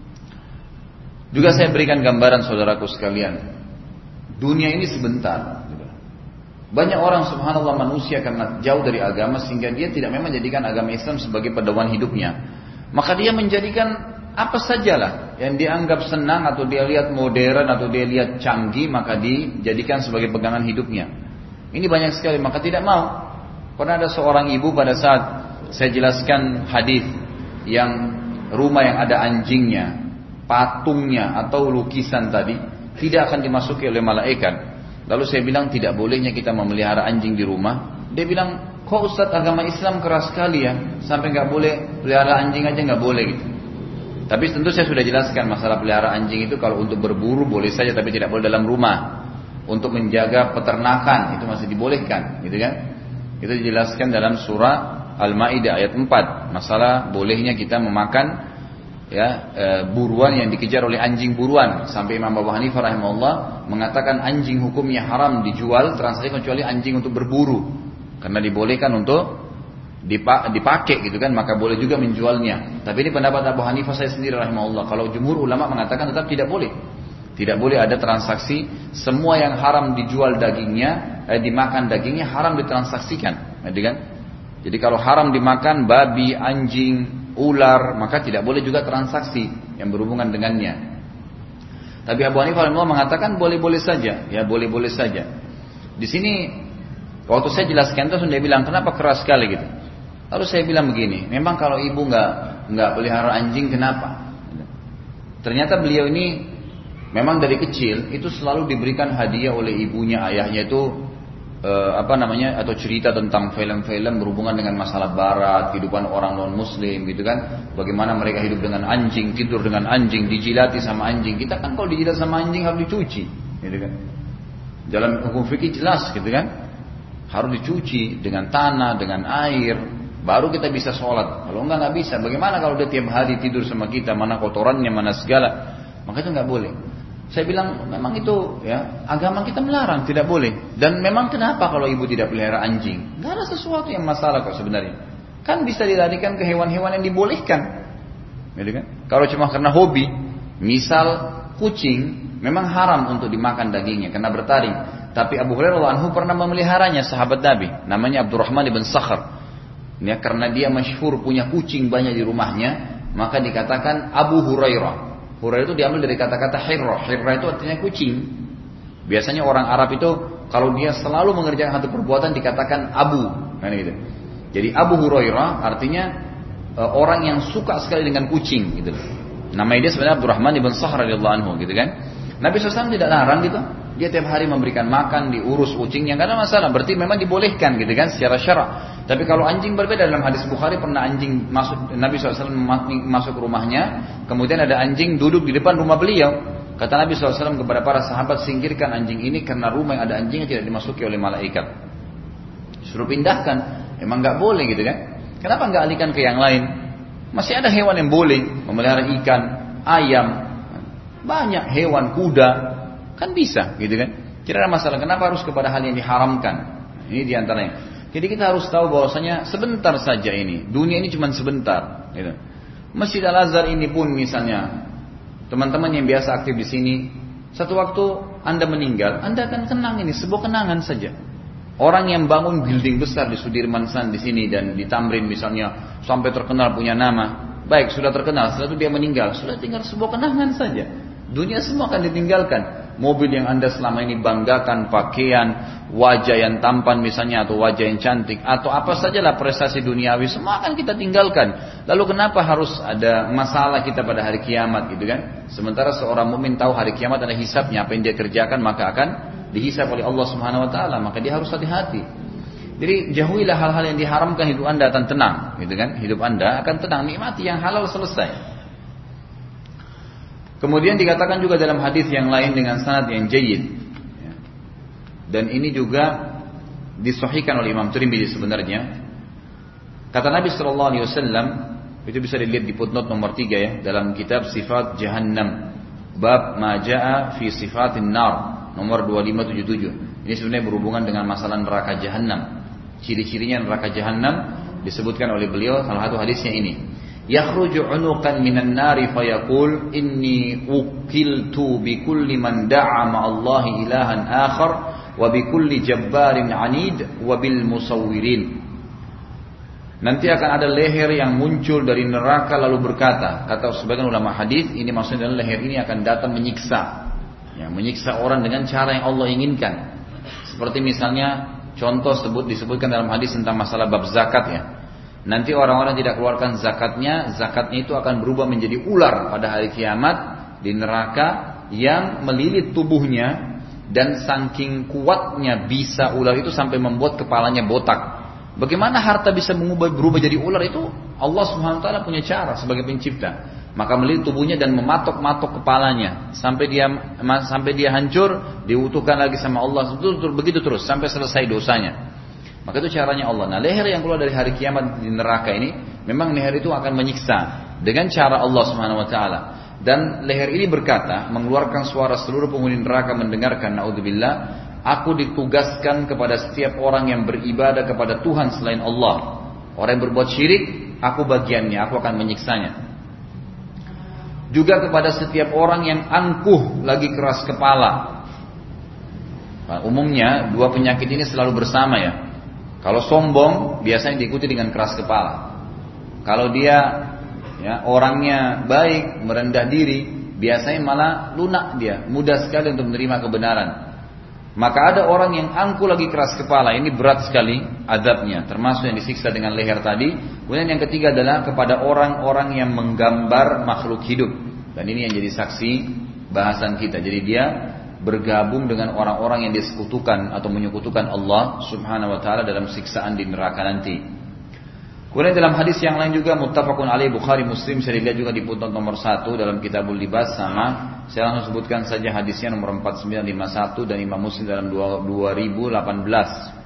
Juga saya berikan gambaran saudaraku sekalian. Dunia ini sebentar. Banyak orang subhanallah manusia karena jauh dari agama sehingga dia tidak memang menjadikan agama Islam sebagai pedoman hidupnya. Maka dia menjadikan apa sajalah yang dianggap senang atau dia lihat modern atau dia lihat canggih maka dijadikan sebagai pegangan hidupnya. Ini banyak sekali maka tidak mau. Pernah ada seorang ibu pada saat saya jelaskan hadis yang rumah yang ada anjingnya, patungnya atau lukisan tadi tidak akan dimasuki oleh malaikat. Lalu saya bilang tidak bolehnya kita memelihara anjing di rumah. Dia bilang, kok Ustadz agama Islam keras sekali ya, sampai nggak boleh pelihara anjing aja nggak boleh gitu. Tapi tentu saya sudah jelaskan masalah pelihara anjing itu kalau untuk berburu boleh saja, tapi tidak boleh dalam rumah. Untuk menjaga peternakan itu masih dibolehkan, gitu kan? Itu dijelaskan dalam surah Al-Maidah ayat empat. Masalah bolehnya kita memakan ya e, buruan yang dikejar oleh anjing buruan. Sampai Imam Abu Hanifah rahimahullah mengatakan anjing hukumnya haram dijual transaksi kecuali anjing untuk berburu, karena dibolehkan untuk dipakai gitu kan, maka boleh juga menjualnya. Tapi ini pendapat Abu Hanifah saya sendiri rahimahullah. Kalau jumhur ulama mengatakan tetap tidak boleh. Tidak boleh ada transaksi semua yang haram dijual dagingnya, eh, dimakan dagingnya haram ditransaksikan, gitu kan? Jadi kalau haram dimakan babi, anjing, ular, maka tidak boleh juga transaksi yang berhubungan dengannya. Tapi Abu Hanifah rahimahullah mengatakan boleh-boleh saja, ya boleh-boleh saja. Di sini waktu saya jelaskan itu dia bilang kenapa keras sekali gitu. Lalu saya bilang begini, memang kalau ibu nggak nggak pelihara anjing kenapa? Ternyata beliau ini memang dari kecil itu selalu diberikan hadiah oleh ibunya, ayahnya itu eh, apa namanya atau cerita tentang film-film berhubungan dengan masalah barat, kehidupan orang non muslim gitu kan. Bagaimana mereka hidup dengan anjing, tidur dengan anjing, dijilati sama anjing. Kita kan kalau dijilat sama anjing harus dicuci, gitu kan. Dalam hukum fikih jelas gitu kan. Harus dicuci dengan tanah, dengan air, baru kita bisa sholat. Kalau enggak nggak bisa. Bagaimana kalau dia tiap hari tidur sama kita, mana kotorannya, mana segala. Maka itu nggak boleh. Saya bilang memang itu ya agama kita melarang, tidak boleh. Dan memang kenapa kalau ibu tidak pelihara anjing? Nggak ada sesuatu yang masalah kok sebenarnya. Kan bisa dilarikan ke hewan-hewan yang dibolehkan, gitu kan? Kalau cuma karena hobi, misal kucing, memang haram untuk dimakan dagingnya karena bertaring. Tapi Abu Hurairah radhiyallahu anhu pernah memeliharanya, sahabat Nabi, namanya Abdurrahman ibn Sakhr. Ya, karena dia masyhur punya kucing banyak di rumahnya, maka dikatakan Abu Hurairah. Hurairah itu diambil dari kata-kata hirrah. Hirrah itu artinya kucing. Biasanya orang Arab itu kalau dia selalu mengerjakan satu perbuatan dikatakan Abu, kan gitu. Jadi Abu Hurairah artinya e, orang yang suka sekali dengan kucing, gitu. Namanya dia sebenarnya Abdurrahman ibn Sakhr radhiyallahu anhu, gitu kan. Nabi shallallahu alaihi wasallam tidak larang gitu. Dia tiap hari memberikan makan, diurus kucingnya, nggak ada masalah. Berarti memang dibolehkan gitu kan secara syara. Tapi kalau anjing berbeda, dalam hadis Bukhari pernah anjing masuk, Nabi shallallahu alaihi wasallam masuk rumahnya, kemudian ada anjing duduk di depan rumah beliau. Kata Nabi shallallahu alaihi wasallam kepada para sahabat, singkirkan anjing ini karena rumah yang ada anjingnya tidak dimasuki oleh malaikat. Suruh pindahkan. Emang nggak boleh gitu kan? Kenapa nggak alihkan ke yang lain? Masih ada hewan yang boleh memelihara ikan, ayam, banyak hewan, kuda. Kan bisa gitu kan. Tidak ada masalah. Kenapa harus kepada hal yang diharamkan? Ini diantaranya. Jadi kita harus tahu bahwasanya sebentar saja ini. Dunia ini cuma sebentar gitu. Masjid Al-Azhar ini pun misalnya, teman-teman yang biasa aktif di sini, satu waktu Anda meninggal, Anda akan kenang ini, sebuah kenangan saja. Orang yang bangun building besar di Sudirman San di sini dan di Tamrin misalnya, sampai terkenal punya nama, baik sudah terkenal, setelah itu dia meninggal, sudah tinggal sebuah kenangan saja. Dunia semua akan ditinggalkan. Mobil yang Anda selama ini banggakan, pakaian, wajah yang tampan misalnya, atau wajah yang cantik, atau apa sajalah prestasi duniawi, semua akan kita tinggalkan. Lalu kenapa harus ada masalah kita pada hari kiamat gitu kan? Sementara seorang mukmin tahu hari kiamat ada hisabnya, apa yang dia kerjakan maka akan dihisab oleh Allah Subhanahu wa taala, maka dia harus hati-hati. Jadi jauhilah hal-hal yang diharamkan, hidup Anda akan tenang, gitu kan? Hidup Anda akan tenang, nikmati yang halal, selesai. Kemudian dikatakan juga dalam hadis yang lain dengan sanad yang jayyid, dan ini juga disahihkan oleh Imam Tirmidzi sebenarnya. Kata Nabi Shallallahu Alaihi Wasallam, itu bisa dilihat di footnote nomor tiga ya, dalam kitab Sifat Jahannam, bab Majaa fi Sifatin Nar, nomor dua lima tujuh tujuh. Ini sebenarnya berhubungan dengan masalah neraka Jahannam. Ciri-cirinya neraka Jahannam disebutkan oleh beliau, salah satu hadisnya ini. Yakhruju unuqan minan nari fayaqul inni ukiltu bi kulli man da'a ma'allahi ilahan akhar wa bi kulli jabbarin anid wa bil musawwirin. Nanti akan ada leher yang muncul dari neraka lalu berkata, kata sebagian ulama hadis, ini maksudnya adalah leher ini akan datang menyiksa, ya, menyiksa orang dengan cara yang Allah inginkan. Seperti misalnya contoh sebut disebutkan dalam hadis tentang masalah bab zakat ya. Nanti orang-orang tidak keluarkan zakatnya, zakatnya itu akan berubah menjadi ular pada hari kiamat di neraka yang melilit tubuhnya, dan saking kuatnya bisa ular itu sampai membuat kepalanya botak. Bagaimana harta bisa mengubah berubah jadi ular itu? Allah Subhanahu wa taala punya cara sebagai pencipta. Maka melilit tubuhnya dan mematok-matok kepalanya sampai dia sampai dia hancur, diutuhkan lagi sama Allah, begitu terus sampai selesai dosanya. Maka itu caranya Allah. Nah, leher yang keluar dari hari kiamat di neraka ini, memang leher itu akan menyiksa dengan cara Allah Subhanahu wa taala. Dan leher ini berkata, mengeluarkan suara seluruh penghuni neraka mendengarkan, naudzubillah, aku ditugaskan kepada setiap orang yang beribadah kepada Tuhan selain Allah. Orang yang berbuat syirik, aku bagiannya, aku akan menyiksanya. Juga kepada setiap orang yang angkuh lagi keras kepala. Nah, umumnya dua penyakit ini selalu bersama ya. Kalau sombong biasanya diikuti dengan keras kepala. Kalau dia ya, orangnya baik, merendah diri, biasanya malah lunak dia, mudah sekali untuk menerima kebenaran. Maka ada orang yang angkuh lagi keras kepala, ini berat sekali azabnya, termasuk yang disiksa dengan leher tadi. Kemudian yang ketiga adalah kepada orang-orang yang menggambar makhluk hidup, dan ini yang jadi saksi bahasan kita. Jadi dia bergabung dengan orang-orang yang disekutukan atau menyekutukan Allah Subhanahu wa taala dalam siksaan di neraka nanti. Kemudian dalam hadis yang lain juga muttafaqun alaih Bukhari Muslim, saya lihat juga di putnote nomor satu dalam Kitabul Libas sama. Saya langsung sebutkan saja hadisnya nomor empat sembilan lima satu dan Imam Muslim dalam dua ribu delapan belas.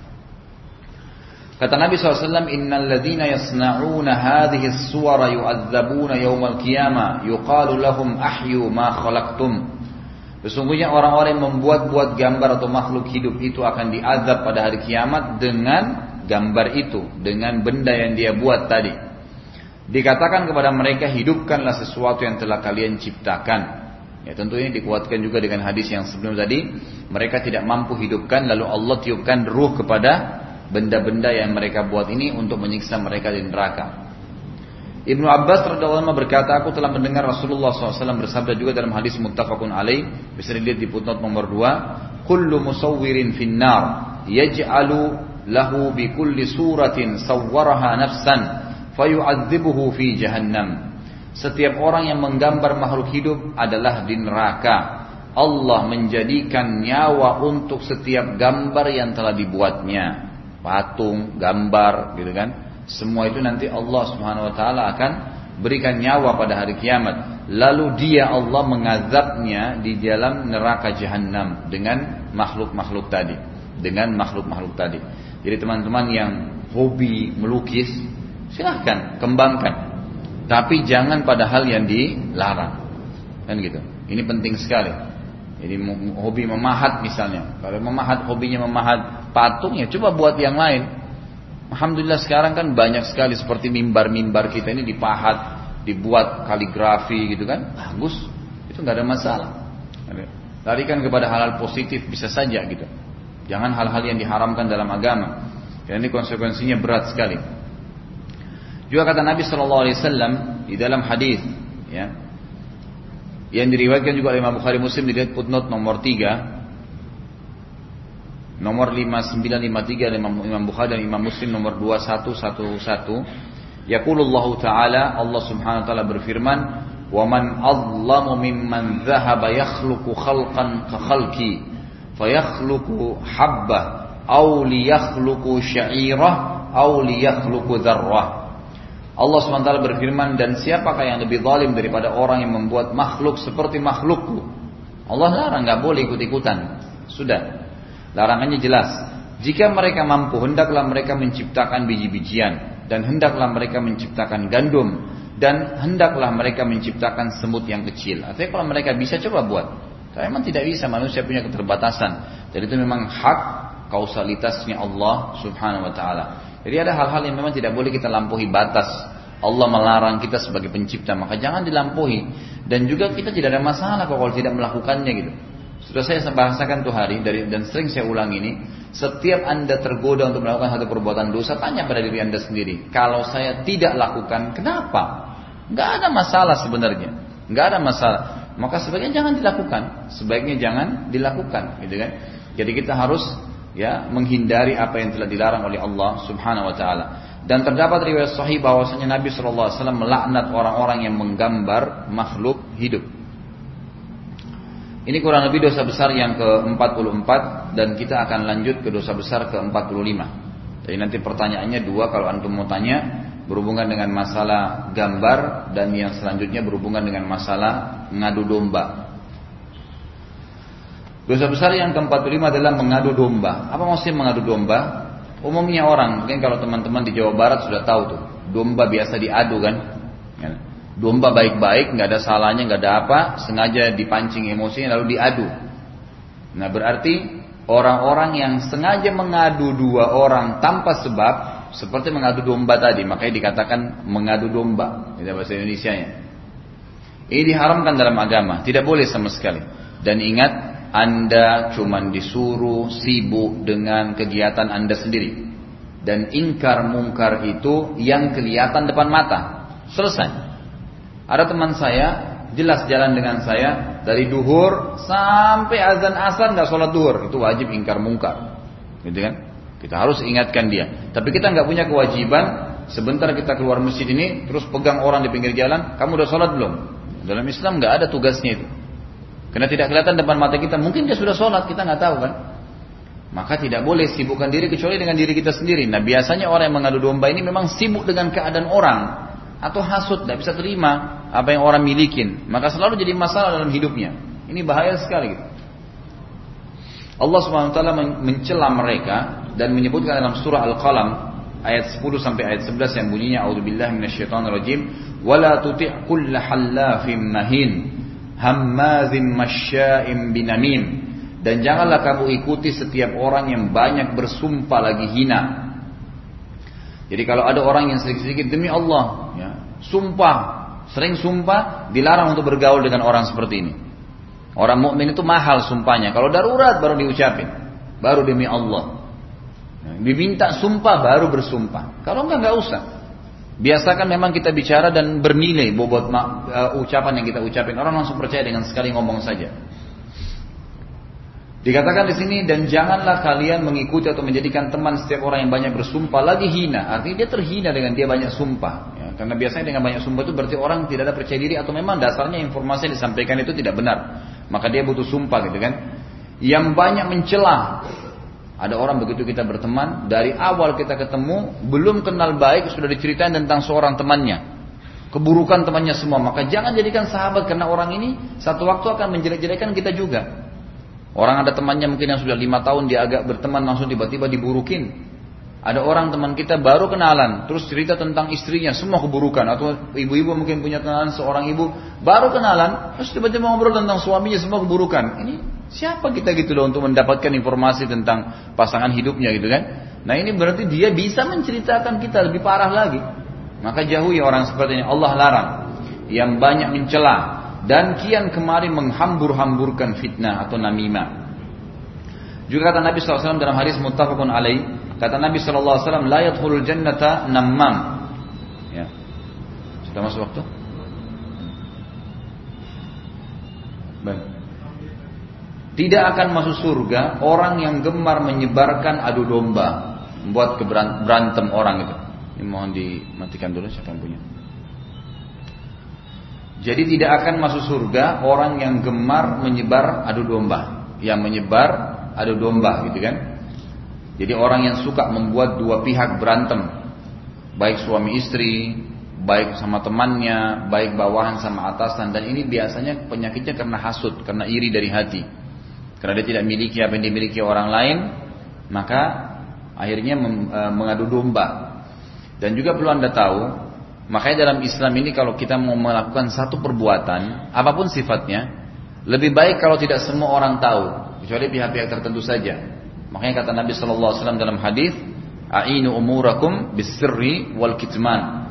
Kata Nabi shallallahu alaihi wasallam, innal ladzina yasna'una hadhihi as-suwara yu'adzabuna yaumal qiyamah yuqalu lahum ahyu ma khalaqtum. Sesungguhnya orang-orang yang membuat-buat gambar atau makhluk hidup itu akan diazab pada hari kiamat dengan gambar itu, dengan benda yang dia buat tadi. Dikatakan kepada mereka, hidupkanlah sesuatu yang telah kalian ciptakan. Ya, tentu ini dikuatkan juga dengan hadis yang sebelum tadi. Mereka tidak mampu hidupkan, lalu Allah tiupkan ruh kepada benda-benda yang mereka buat ini untuk menyiksa mereka di neraka. Ibnu Abbas radhiyallahu anhu berkata, aku telah mendengar Rasulullah shallallahu alaihi wasallam bersabda juga dalam hadis muttafaqun alaih, bisa dilihat di footnote nomor dua, kullu musawwirin finnar yaj'alu lahu bi kulli suratin sawwaraha nafsan fayu'adzibuhu fi jahannam. Setiap orang yang menggambar makhluk hidup adalah di neraka. Allah menjadikan nyawa untuk setiap gambar yang telah dibuatnya, patung, gambar, gitu kan. Semua itu nanti Allah Subhanahu wa taala akan berikan nyawa pada hari kiamat. Lalu dia Allah mengazabnya di dalam neraka jahanam dengan makhluk-makhluk tadi, dengan makhluk-makhluk tadi. Jadi teman-teman yang hobi melukis, silahkan kembangkan. Tapi jangan pada hal yang dilarang. Kan gitu. Ini penting sekali. Jadi hobi memahat misalnya. Kalau memahat, hobinya memahat patung, ya coba buat yang lain. Alhamdulillah sekarang kan banyak sekali seperti mimbar-mimbar kita ini dipahat, dibuat kaligrafi gitu kan, bagus, itu nggak ada masalah. Larikan kepada hal-hal positif bisa saja gitu. Jangan hal-hal yang diharamkan dalam agama, karena ini konsekuensinya berat sekali. Juga kata Nabi Shallallahu Alaihi Wasallam di dalam hadis, ya, yang diriwayatkan juga oleh Imam Bukhari Muslim, dilihat footnote nomor tiga. Nomor lima sembilan lima tiga Imam, Imam Bukhari dan Imam Muslim nomor dua satu satu satu. Yaqulullahu ta'ala, Allah Subhanahu wa ta'ala berfirman, "Wa man adlamu mimman dhahaba yakhluqu khalqan ka khalqi, fayakhluqu habba aw liyakhluqu sya'irah aw liyakhluqu dzarrah." Allah Subhanahu wa ta'ala berfirman, dan siapakah yang lebih zalim daripada orang yang membuat makhluk seperti makhlukku? Allah larang, enggak boleh ikut-ikutan. Sudah. Larangannya jelas. Jika mereka mampu, hendaklah mereka menciptakan biji-bijian, dan hendaklah mereka menciptakan gandum, dan hendaklah mereka menciptakan semut yang kecil. Artinya kalau mereka bisa, coba buat. Tapi memang tidak bisa, manusia punya keterbatasan. Jadi itu memang hak kausalitasnya Allah Subhanahu wa taala. Jadi ada hal-hal yang memang tidak boleh kita lampaui batas. Allah melarang kita sebagai pencipta, maka jangan dilampaui. Dan juga kita tidak ada masalah kalau tidak melakukannya gitu. Sudah saya bahasakan tuh hari dari, dan sering saya ulang ini. Setiap anda tergoda untuk melakukan satu perbuatan dosa, tanya pada diri anda sendiri. Kalau saya tidak lakukan, kenapa? Gak ada masalah sebenarnya. Gak ada masalah. Maka sebaiknya jangan dilakukan. Sebaiknya jangan dilakukan, gitu kan? Jadi kita harus ya menghindari apa yang telah dilarang oleh Allah Subhanahu Wa Taala. Dan terdapat riwayat sahih bahwasanya Nabi Shallallahu Alaihi Wasallam melaknat orang-orang yang menggambar makhluk hidup. Ini kurang lebih dosa besar yang ke empat puluh empat, dan kita akan lanjut ke dosa besar ke empat puluh lima. Jadi nanti pertanyaannya dua kalau antum mau tanya, berhubungan dengan masalah gambar, dan yang selanjutnya berhubungan dengan masalah ngadu domba. Dosa besar yang ke empat puluh lima adalah mengadu domba. Apa maksudnya mengadu domba? Umumnya orang, mungkin kalau teman-teman di Jawa Barat sudah tahu tuh, domba biasa diadu kan. Domba baik-baik, nggak ada salahnya, nggak ada apa, sengaja dipancing emosinya lalu diadu. Nah berarti orang-orang yang sengaja mengadu dua orang tanpa sebab, seperti mengadu domba tadi, makanya dikatakan mengadu domba, itu bahasa Indonesianya. Ini diharamkan dalam agama, tidak boleh sama sekali. Dan ingat, anda cuma disuruh sibuk dengan kegiatan anda sendiri. Dan ingkar mungkar itu yang kelihatan depan mata, selesai. Ada teman saya, jelas jalan dengan saya dari duhur sampai azan asar nggak sholat duhur, itu wajib ingkar mungkar, gitu kan? Kita harus ingatkan dia. Tapi kita nggak punya kewajiban sebentar kita keluar masjid ini terus pegang orang di pinggir jalan, kamu udah sholat belum? Dalam Islam nggak ada tugasnya itu, karena tidak kelihatan depan mata kita. Mungkin dia sudah sholat, kita nggak tahu kan? Maka tidak boleh sibukkan diri kecuali dengan diri kita sendiri. Nah biasanya orang yang mengadu domba ini memang sibuk dengan keadaan orang, atau hasut, tidak bisa terima apa yang orang milikin, maka selalu jadi masalah dalam hidupnya. Ini bahaya sekali gitu. Allah subhanahu wa taala mencela mereka dan menyebutkan dalam surah Al-Qalam ayat sepuluh sampai ayat sebelas yang bunyinya a'udzubillahi minasyaitonirrajim wala tuti' kulla hallafin mahin hammazin masya'im binamim, dan janganlah kamu ikuti setiap orang yang banyak bersumpah lagi hina. Jadi kalau ada orang yang sedikit-sedikit demi Allah ya, sumpah, sering sumpah, dilarang untuk bergaul dengan orang seperti ini. Orang mukmin itu mahal sumpahnya. Kalau darurat baru diucapin, baru demi Allah. Diminta sumpah baru bersumpah. Kalau enggak enggak usah. Biasakan memang kita bicara dan bernilai bobot uh, ucapan yang kita ucapin. Orang langsung percaya dengan sekali ngomong saja. Dikatakan di sini, dan janganlah kalian mengikuti atau menjadikan teman setiap orang yang banyak bersumpah lagi hina. Artinya dia terhina dengan dia banyak sumpah. Ya, karena biasanya dengan banyak sumpah itu berarti orang tidak ada percaya diri atau memang dasarnya informasi yang disampaikan itu tidak benar. Maka dia butuh sumpah gitu kan. Yang banyak mencela. Ada orang begitu kita berteman, dari awal kita ketemu belum kenal baik sudah diceritain tentang seorang temannya, keburukan temannya semua. Maka jangan jadikan sahabat, karena orang ini satu waktu akan menjelek-jelekan kita juga. Orang ada temannya mungkin yang sudah lima tahun dia agak berteman langsung tiba-tiba diburukin. Ada orang teman kita baru kenalan terus cerita tentang istrinya semua keburukan, atau ibu-ibu mungkin punya kenalan seorang ibu baru kenalan terus tiba-tiba ngobrol tentang suaminya semua keburukan. Ini siapa kita gitu loh untuk mendapatkan informasi tentang pasangan hidupnya gitu kan? Nah ini berarti dia bisa menceritakan kita lebih parah lagi. Maka jauhi orang seperti ini. Allah larang yang banyak mencela dan kian kemari menghambur-hamburkan fitnah atau namimah. Juga kata Nabi shallallahu alaihi wasallam dalam hadis muttafaqun alaih, kata Nabi shallallahu alaihi wasallam, la yadkhulul jannata nammam. Ya. Sudah masuk waktu? Baik. Tidak akan masuk surga orang yang gemar menyebarkan adu domba, membuat berantem orang itu. Ini mohon dimatikan dulu, siapa yang punya. Jadi tidak akan masuk surga orang yang gemar menyebar adu domba, yang menyebar adu domba gitu kan. Jadi orang yang suka membuat dua pihak berantem, baik suami istri, baik sama temannya, baik bawahan sama atasan, dan ini biasanya penyakitnya karena hasud, karena iri dari hati. Karena dia tidak memiliki apa yang dimiliki orang lain, maka akhirnya mengadu domba. Dan juga perlu Anda tahu, makanya dalam Islam ini kalau kita mau melakukan satu perbuatan, apapun sifatnya, lebih baik kalau tidak semua orang tahu, kecuali pihak-pihak tertentu saja. Makanya kata Nabi shallallahu alaihi wasallam dalam hadis, "A'inu umurakum bis-sirri wal kitman."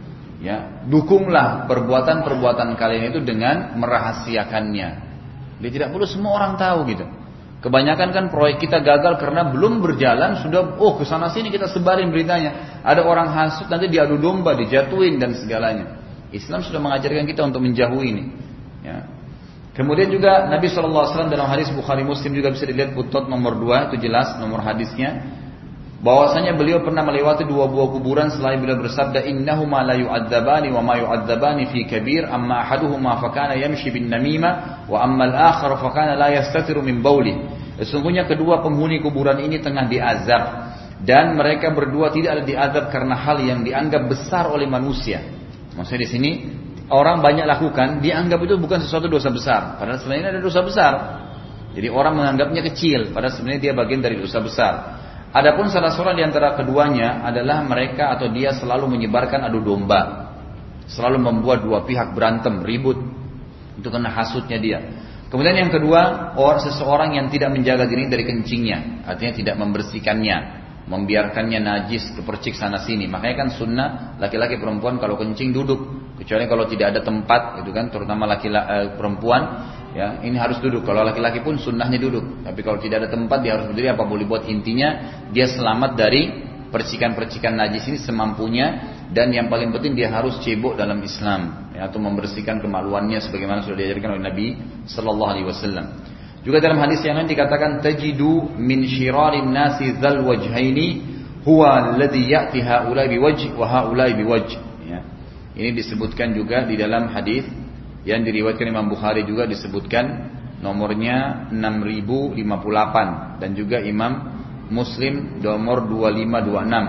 Ya, dukunglah perbuatan-perbuatan kalian itu dengan merahasiakannya. Dia tidak perlu semua orang tahu gitu. Kebanyakan kan proyek kita gagal karena belum berjalan sudah oh kesana sini kita sebarin beritanya. Ada orang hasut nanti diadu domba, dijatuhin dan segalanya. Islam sudah mengajarkan kita untuk menjauhi ini. Ya. Kemudian juga Nabi shallallahu alaihi wasallam dalam hadis Bukhari Muslim juga bisa dilihat footnote nomor dua, itu jelas nomor hadisnya. Bahwasanya beliau pernah melewati dua buah kuburan selain beliau bersabda, innahuma la yu'adzabani wa ma yu'adzabani fi kabir, amma ahaduhuma fakana yamshi bin namima wa amma al-akhar fakana la yastatiru min bauli. Sesungguhnya kedua penghuni kuburan ini tengah diazab, dan mereka berdua tidak ada diazab karena hal yang dianggap besar oleh manusia. Maksudnya di sini orang banyak lakukan, dianggap itu bukan sesuatu dosa besar, padahal sebenarnya ada dosa besar. Jadi orang menganggapnya kecil, padahal sebenarnya dia bagian dari dosa besar. Adapun salah seorang di antara keduanya adalah mereka atau dia selalu menyebarkan adu domba, selalu membuat dua pihak berantem, ribut, itu karena hasutnya dia. Kemudian yang kedua, orang seseorang yang tidak menjaga diri dari kencingnya, artinya tidak membersihkannya, membiarkannya najis, kepercik sana sini. Makanya kan sunnah laki-laki perempuan kalau kencing duduk, kecuali kalau tidak ada tempat, itu kan terutama laki-laki eh, perempuan. Ya, ini harus duduk. Kalau laki-laki pun sunnahnya duduk. Tapi kalau tidak ada tempat dia harus berdiri. Apa boleh buat, intinya dia selamat dari percikan-percikan najis ini semampunya. dan yang paling penting dia harus cebok dalam Islam, ya, atau membersihkan kemaluannya sebagaimana sudah diajarkan oleh Nabi Sallallahu Alaihi Wasallam. Juga dalam hadis yang lain dikatakan tajidu min syirarin nasi dzal wajhaini huwa alladhi ya'ti haula'i biwajh wa haula'i biwajh. Ya. Ini disebutkan juga di dalam hadis yang diriwayatkan Imam Bukhari, juga disebutkan nomornya enam ribu lima puluh delapan dan juga Imam Muslim nomor dua lima dua enam.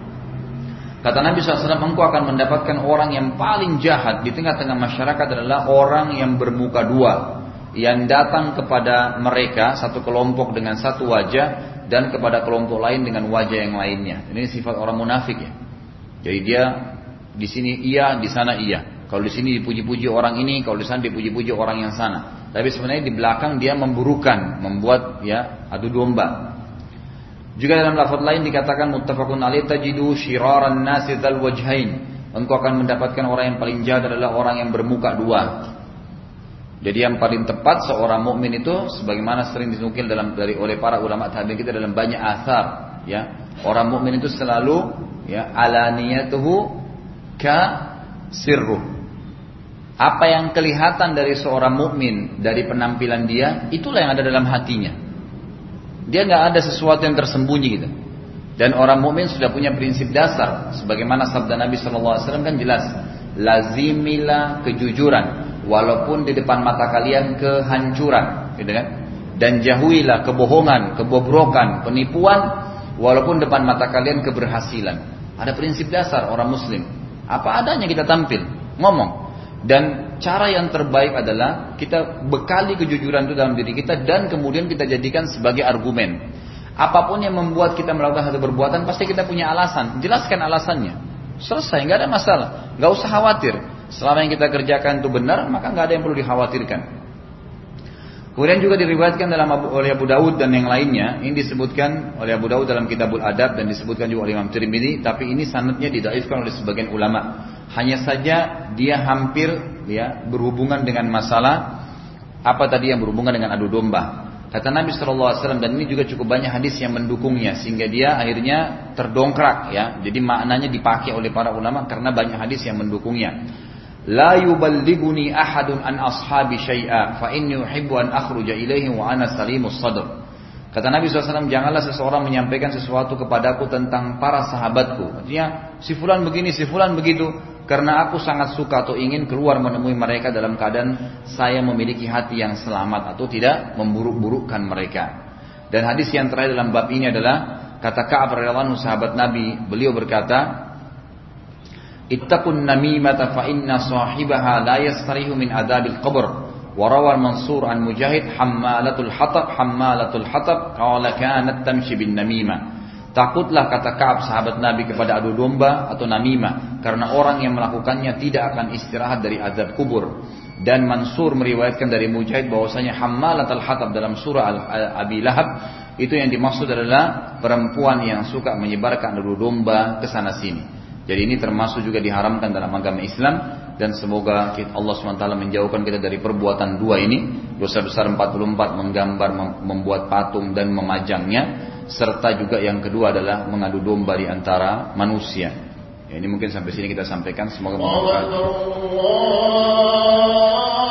Kata Nabi shallallahu alaihi wasallam, engkau akan mendapatkan orang yang paling jahat di tengah-tengah masyarakat adalah orang yang bermuka dua, yang datang kepada mereka satu kelompok dengan satu wajah dan kepada kelompok lain dengan wajah yang lainnya. Ini sifat orang munafik ya. Jadi dia di sini iya, di sana iya. Kalau di sini dipuji-puji orang ini, kalau di sana dipuji-puji orang yang sana. Tapi sebenarnya di belakang dia memburukan, membuat ya adu domba. Juga dalam lafaz lain dikatakan muttafaqun alaih tajidu syiraran nasi dzal wajhain. Engkau akan mendapatkan orang yang paling jahat adalah orang yang bermuka dua. Jadi yang paling tepat seorang mukmin itu sebagaimana sering dinukil dalam dari oleh para ulama tabi'in kita dalam banyak athar, ya. Orang mukmin itu selalu ya alaniyatuhu ka sirruh. Apa yang kelihatan dari seorang mukmin dari penampilan dia, itulah yang ada dalam hatinya. Dia nggak ada sesuatu yang tersembunyi gitu. Dan orang mukmin sudah punya prinsip dasar, sebagaimana sabda Nabi Shallallahu Alaihi Wasallam kan jelas, lazimilah kejujuran, walaupun di depan mata kalian kehancuran, gitu kan? Dan jauhilah kebohongan, kebobrokan, penipuan, walaupun depan mata kalian keberhasilan. Ada prinsip dasar orang Muslim. Apa adanya kita tampil, ngomong. Dan cara yang terbaik adalah kita bekali kejujuran itu dalam diri kita dan kemudian kita jadikan sebagai argumen. Apapun yang membuat kita melakukan satu perbuatan pasti kita punya alasan. Jelaskan alasannya. Selesai, nggak ada masalah. Nggak usah khawatir. Selama yang kita kerjakan itu benar, maka nggak ada yang perlu dikhawatirkan. Kemudian juga diriwayatkan dalam Abu, oleh Abu Daud dan yang lainnya. Ini disebutkan oleh Abu Daud dalam Kitabul Adab dan disebutkan juga oleh Imam Tirmidzi. Tapi ini sanadnya didhaifkan oleh sebagian ulama. Hanya saja dia hampir ya berhubungan dengan masalah apa tadi yang berhubungan dengan adu domba. Kata Nabi Shallallahu Alaihi Wasallam, dan ini juga cukup banyak hadis yang mendukungnya sehingga dia akhirnya terdongkrak ya. Jadi maknanya dipakai oleh para ulama karena banyak hadis yang mendukungnya. La yuballighuni ahadun an ashabi syai'a fa inni uhibbu an akhruja ilaihi wa ana salimus sadr. Kata Nabi shallallahu alaihi wasallam, janganlah seseorang menyampaikan sesuatu kepadaku tentang para sahabatku. Artinya si fulan begini, si fulan begitu, karena aku sangat suka atau ingin keluar menemui mereka dalam keadaan saya memiliki hati yang selamat atau tidak memburuk-burukkan mereka. Dan hadis yang terakhir dalam bab ini adalah kata Ka'ab radhiyallahu anhu, sahabat Nabi, beliau berkata, ittaqun namimata fa inna sahibaha la yastarihu min adabil qabr. Warawal Mansur an Mujahid hammalatul hatab hammalatul hatab qala kanat tamshi bin namimah. Takutlah kata Ka'ab sahabat Nabi kepada adu domba atau namimah, karena orang yang melakukannya tidak akan istirahat dari azab kubur. Dan Mansur meriwayatkan dari Mujahid bahwasanya hammalatul hatab dalam surah Al-Abi Lahab itu yang dimaksud adalah perempuan yang suka menyebarkan adu domba ke sana sini. Jadi ini termasuk juga diharamkan dalam agama Islam. Dan semoga Allah subhanahu wa taala menjauhkan kita dari perbuatan dua ini. Dosa besar empat puluh empat, menggambar, membuat patung dan memajangnya. Serta juga yang kedua adalah mengadu domba di antara manusia. Ya, ini mungkin sampai sini kita sampaikan. Semoga bermanfaat.